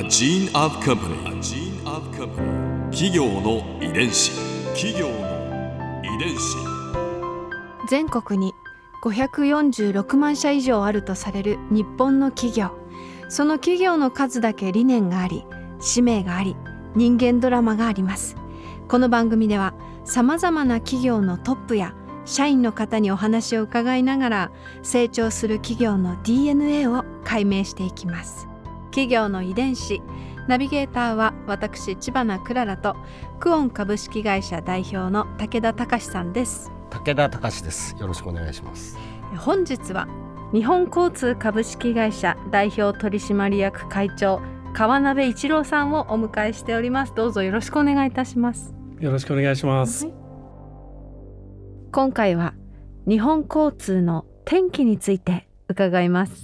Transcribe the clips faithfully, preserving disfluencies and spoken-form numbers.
gene of company. A gene of company. 企業の遺伝子。企業の遺伝子。 全国にごひゃくよんじゅうろくまんしゃ以上あるとされる日本の企業。その企業の数だけ理念があり、使命があり、人間ドラマがあります。この番組ではさまざまな企業のトップや社員の方にお話を伺いながら、成長する企業の ディーエヌエー を解明していきます。企業の遺伝子。ナビゲーターは私知花クララとクオン株式会社代表の武田隆さんです。 武田隆です。よろしくお願いします。 本日は日本交通株式会社代表取締役会長川鍋一郎さんをお迎えしております。どうぞよろしくお願いいたします。 よろしくお願いします、はい、 今回は日本交通の転機について伺います。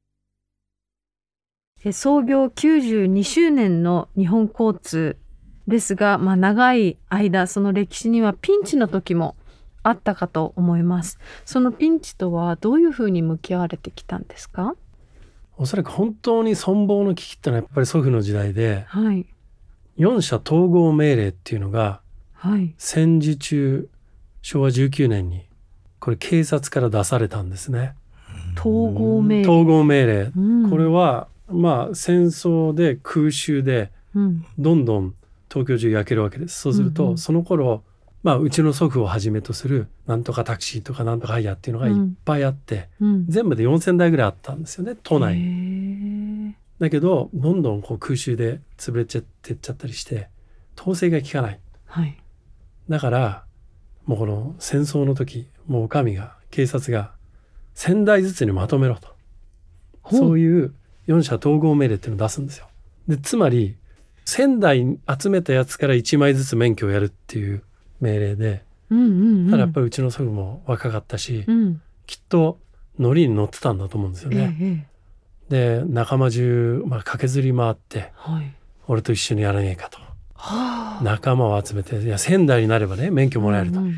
創業きゅうじゅうにしゅうねんの日本交通ですが、まあ、長い間その歴史にはピンチの時もあったかと思います。そのピンチとはどういうふうに向き合われてきたんですか？ おそらく本当に存亡の危機ってのはやっぱり祖父の時代で、 はい、 よん社統合命令っていうのが、はい、戦時中しょうわじゅうきゅうねんにこれ警察から出されたんですね。 統合命令、 統合命令、うん、これはまあ戦争で空襲でどんどん東京中焼けるわけです。そうすると、うんうん、その頃まあ、うちの祖父をはじめとするなんとかタクシーとかなんとかハイヤーっていうのがいっぱいあって、うん、全部でよんせんだいぐらいあったんですよね、都内に。だけどどんどんこう空襲で潰れちゃってっちゃったりして統制が効かない、はい、だからもうこの戦争の時もうお上が警察がせんだいずつにまとめろと、そういうよん社統合命令っていうのを出すんですよ。でつまりせんだい集めたやつからいちまいずつ免許をやるっていう命令で、うんうんうん、ただやっぱりうちの祖父も若かったし、うん、きっとノリに乗ってたんだと思うんですよね、ええ、で仲間中、まあ、駆けずり回って、はい、俺と一緒にやらねえかと、はあ、仲間を集めて、いやせんだいになればね免許もらえると、うんうんうん、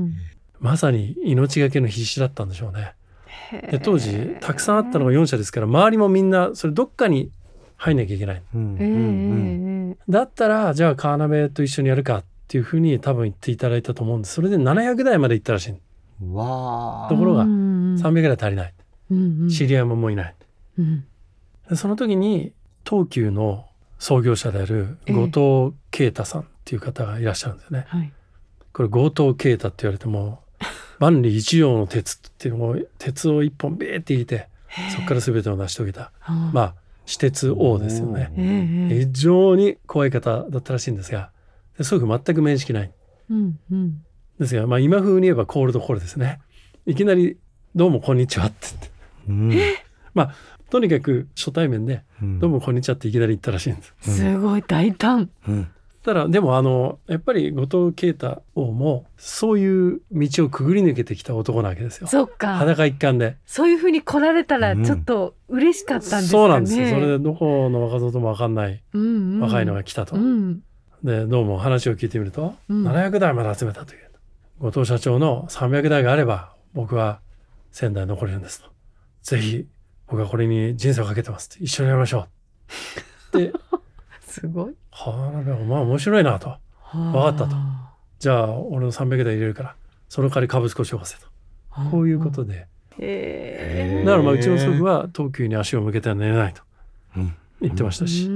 まさに命がけの必死だったんでしょうね。で当時たくさんあったのがよん社ですから、周りもみんなそれどっかに入んなきゃいけない、うんうんうん、だったらじゃあ川鍋と一緒にやるかっていうふうに多分言っていただいたと思うんです。それでななひゃくだいまで行ったらしい。わところがさんびゃくぐらい足りない、うんうん、知り合いももういない、うん、でその時に東急の創業者である後藤啓太さんっていう方がいらっしゃるんですよね、はい、これ後藤啓太って言われても万里一葉の鉄っていうのを鉄を一本ビーって入れてそこから全てを成し遂げた、まあ私鉄王ですよね。非常に怖い方だったらしいんですが、そういう全く面識ない、うんうん、ですが、まあ、今風に言えばコールドコールですね。いきなりどうもこんにちはって言って、うん、まあとにかく初対面で、うん、どうもこんにちはっていきなり言ったらしいんです、 うん、すごい大胆、 うん、ただでもあのやっぱり後藤啓太王もそういう道をくぐり抜けてきた男なわけですよ。 そっか、 裸一貫でそういう風に来られたらちょっと嬉しかったんですかね、うん、 そうなんですよ。それでどこの若造とも分かんない若いのが来たと、うんうんでどうも話を聞いてみると、うん、ななひゃくだいまで集めたという後藤社長のさんびゃくだいがあれば僕はせんだい残れるんですと、ぜひ僕はこれに人生をかけてますって一緒にやりましょうですごいはあ、まあ面白いなと、分かったと、じゃあ俺のさんびゃくだい入れるからその代わり株少しよこせと、こういうことで、へだからまあうちの祖父は東急に足を向けては寝れないと言ってましたし、うん、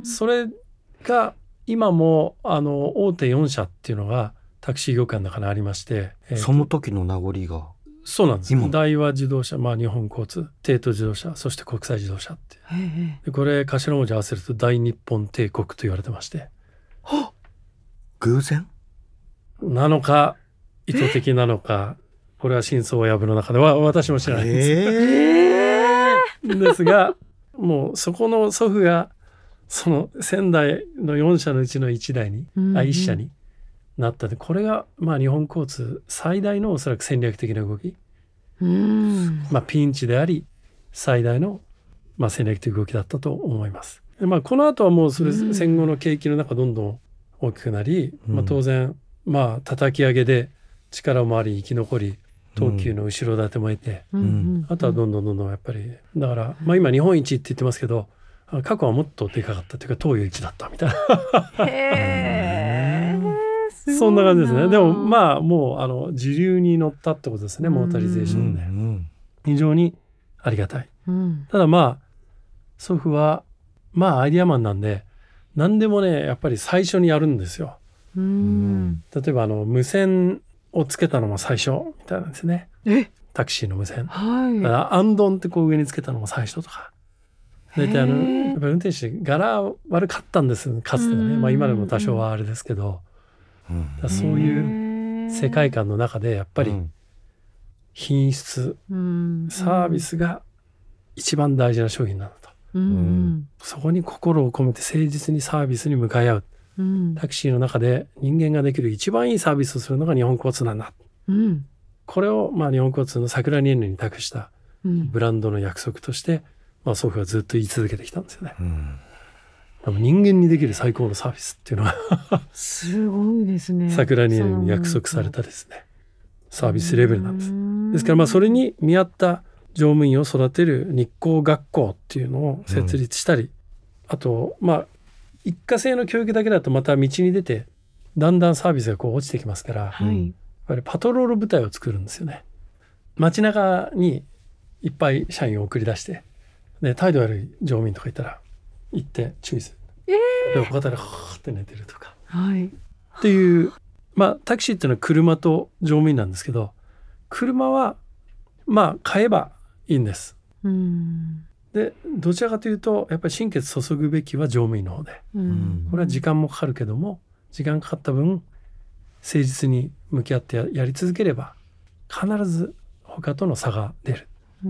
それが今もあの大手よん社っていうのがタクシー業界の中にありまして、 えー、その時の名残がそうなんです。大和自動車、まあ、日本交通、帝都自動車、そして国際自動車ってでこれ頭文字合わせると大日本帝国と言われてまして、 はっ偶然なのか意図的なのかこれは真相を破るの中では私も知らないんです、えー、ですがもうそこの祖父がそのせんだいのよん社のうちのいちだいに、うんうん、あいっ社になったで、これがまあ日本交通最大のおそらく戦略的な動き、うんまあ、ピンチであり最大のまあ戦略的動きだったと思います。で、まあ、この後はもうそれ戦後の景気の中どんどん大きくなり、うんまあ、当然まあ叩き上げで力もあり生き残り東急の後ろ盾も得て、うん、あとはどんどんどんどんやっぱりだから、まあ、今日本一って言ってますけど過去はもっとでかかったというか東洋一だったみたいなへーそんな感じですね。でもまあもうあの時流に乗ったってことですね、モータリゼーションで、うんうん、非常にありがたい、うん、ただまあ祖父はまあアイデアマンなんで何でもねやっぱり最初にやるんですよ。うん、例えばあの無線をつけたのも最初みたいなんですね。 えタクシーの無線、 はい、 だからアンドンってこう上につけたのも最初とか、大体あのやっぱり運転手柄悪かったんですかつてはね、まあ、今でも多少はあれですけど、うん、そういう世界観の中でやっぱり品質、うん、サービスが一番大事な商品なんだと、うん、そこに心を込めて誠実にサービスに向かい合う、うん、タクシーの中で人間ができる一番いいサービスをするのが日本交通なんだ、うん、これをまあ日本交通の桜にえんに託したブランドの約束として、まあ、祖父はずっと言い続けてきたんですよね、うん、でも人間にできる最高のサービスっていうのはすごいですね。 桜にえんに約束されたですねサービスレベルなんです。ですからまあそれに見合った乗務員を育てる日光学校っていうのを設立したり、うん、あとまあ一過性の教育だけだとまた道に出てだんだんサービスがこう落ちてきますから、はい、やっぱりパトロール部隊を作るんですよね。街中にいっぱい社員を送り出してで態度悪い乗務員とかいたら行って注意する、えー、で小型ではーって寝てるとか、はい、っていうまあタクシーっていうのは車と乗務員なんですけど車はまあ買えばいいんです。うんでどちらかというとやっぱり心血注ぐべきは乗務員の方で、うん、これは時間もかかるけども時間かかった分誠実に向き合ってや、やり続ければ必ず他との差が出る。うん、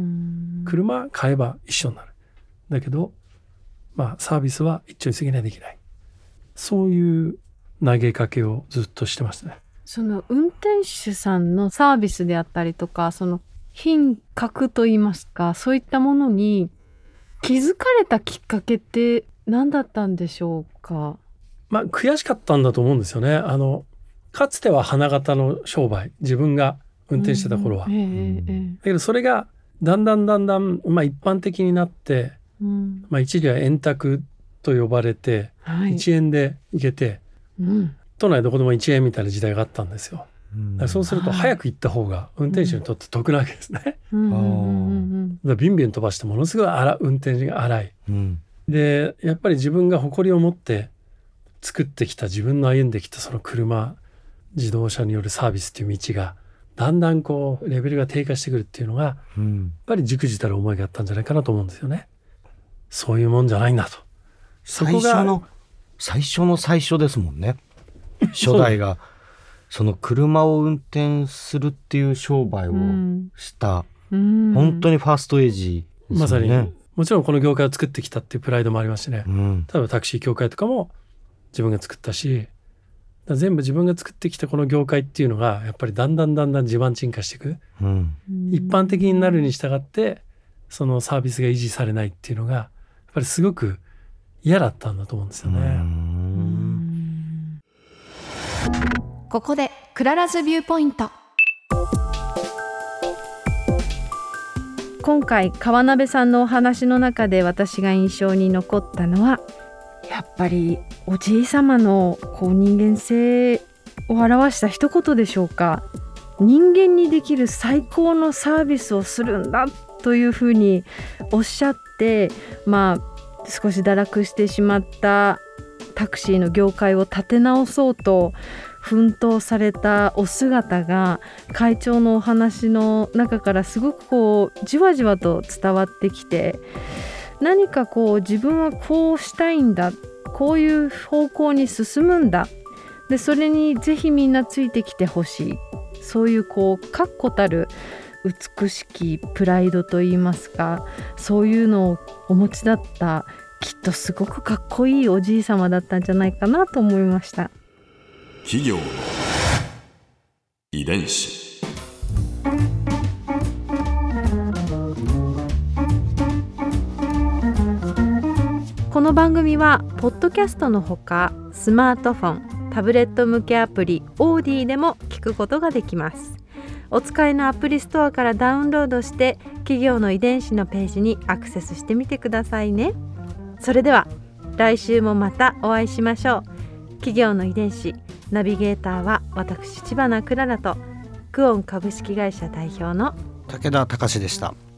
車買えば一緒になる。だけどまあサービスは一朝一夕にはできない。そういう投げかけをずっとしてましたね。 その運転手さんのサービスであったりとかその品格といいますかそういったものに気づかれたきっかけって何だったんでしょうか。 まあ悔しかったんだと思うんですよね。あのかつては花形の商売自分が運転してた頃は、うんえーえー、だけどそれがだんだんだんだん、まあ、一般的になって、うんまあ、一時は円卓と呼ばれて、はい、いちえんで行けて、うん、都内どこでもいちえんみたいな時代があったんですよ。うん、だからそうすると早く行った方が運転手にとって得なわけですね。うん、だからビンビン飛ばしてものすごい荒運転が荒い、うん、でやっぱり自分が誇りを持って作ってきた自分の歩んできたその車自動車によるサービスっていう道がだんだんこうレベルが低下してくるっていうのが、うん、やっぱり忸怩たる思いがあったんじゃないかなと思うんですよね。そういうもんじゃないんだと。そこが最初の最初の最初ですもんね。初代がその車を運転するっていう商売をした、うん、本当にファーストエイジですよね。 まさにもちろんこの業界を作ってきたっていうプライドもありますしね、うん、例えばタクシー協会とかも自分が作ったし全部自分が作ってきたこの業界っていうのがやっぱりだんだんだんだん地盤沈下していく、うん、一般的になるに従ってそのサービスが維持されないっていうのがやっぱりすごく嫌だったんだと思うんですよね。 うんここでクララズビューポイント。今回川鍋さんのお話の中で私が印象に残ったのはやっぱりおじいさまのこう人間性を表した一言でしょうか。人間にできる最高のサービスをするんだというふうにおっしゃって、まあ少し堕落してしまったタクシーの業界を立て直そうと奮闘されたお姿が会長のお話の中からすごくこうじわじわと伝わってきて、何かこう自分はこうしたいんだ、こういう方向に進むんだ、でそれにぜひみんなついてきてほしい、そういうこう確固たる美しきプライドといいますか、そういうのをお持ちだった、きっとすごくかっこいいおじいさまだったんじゃないかなと思いました。 企業の遺伝子。 この番組はポッドキャストのほかスマートフォン、タブレット向けアプリオーディでも聞くことができます。お使いのアプリストアからダウンロードして企業の遺伝子のページにアクセスしてみてくださいね。 それでは来週もまたお会いしましょう。企業の遺伝子ナビゲーターは私知花くららとクオン株式会社代表の武田隆でした。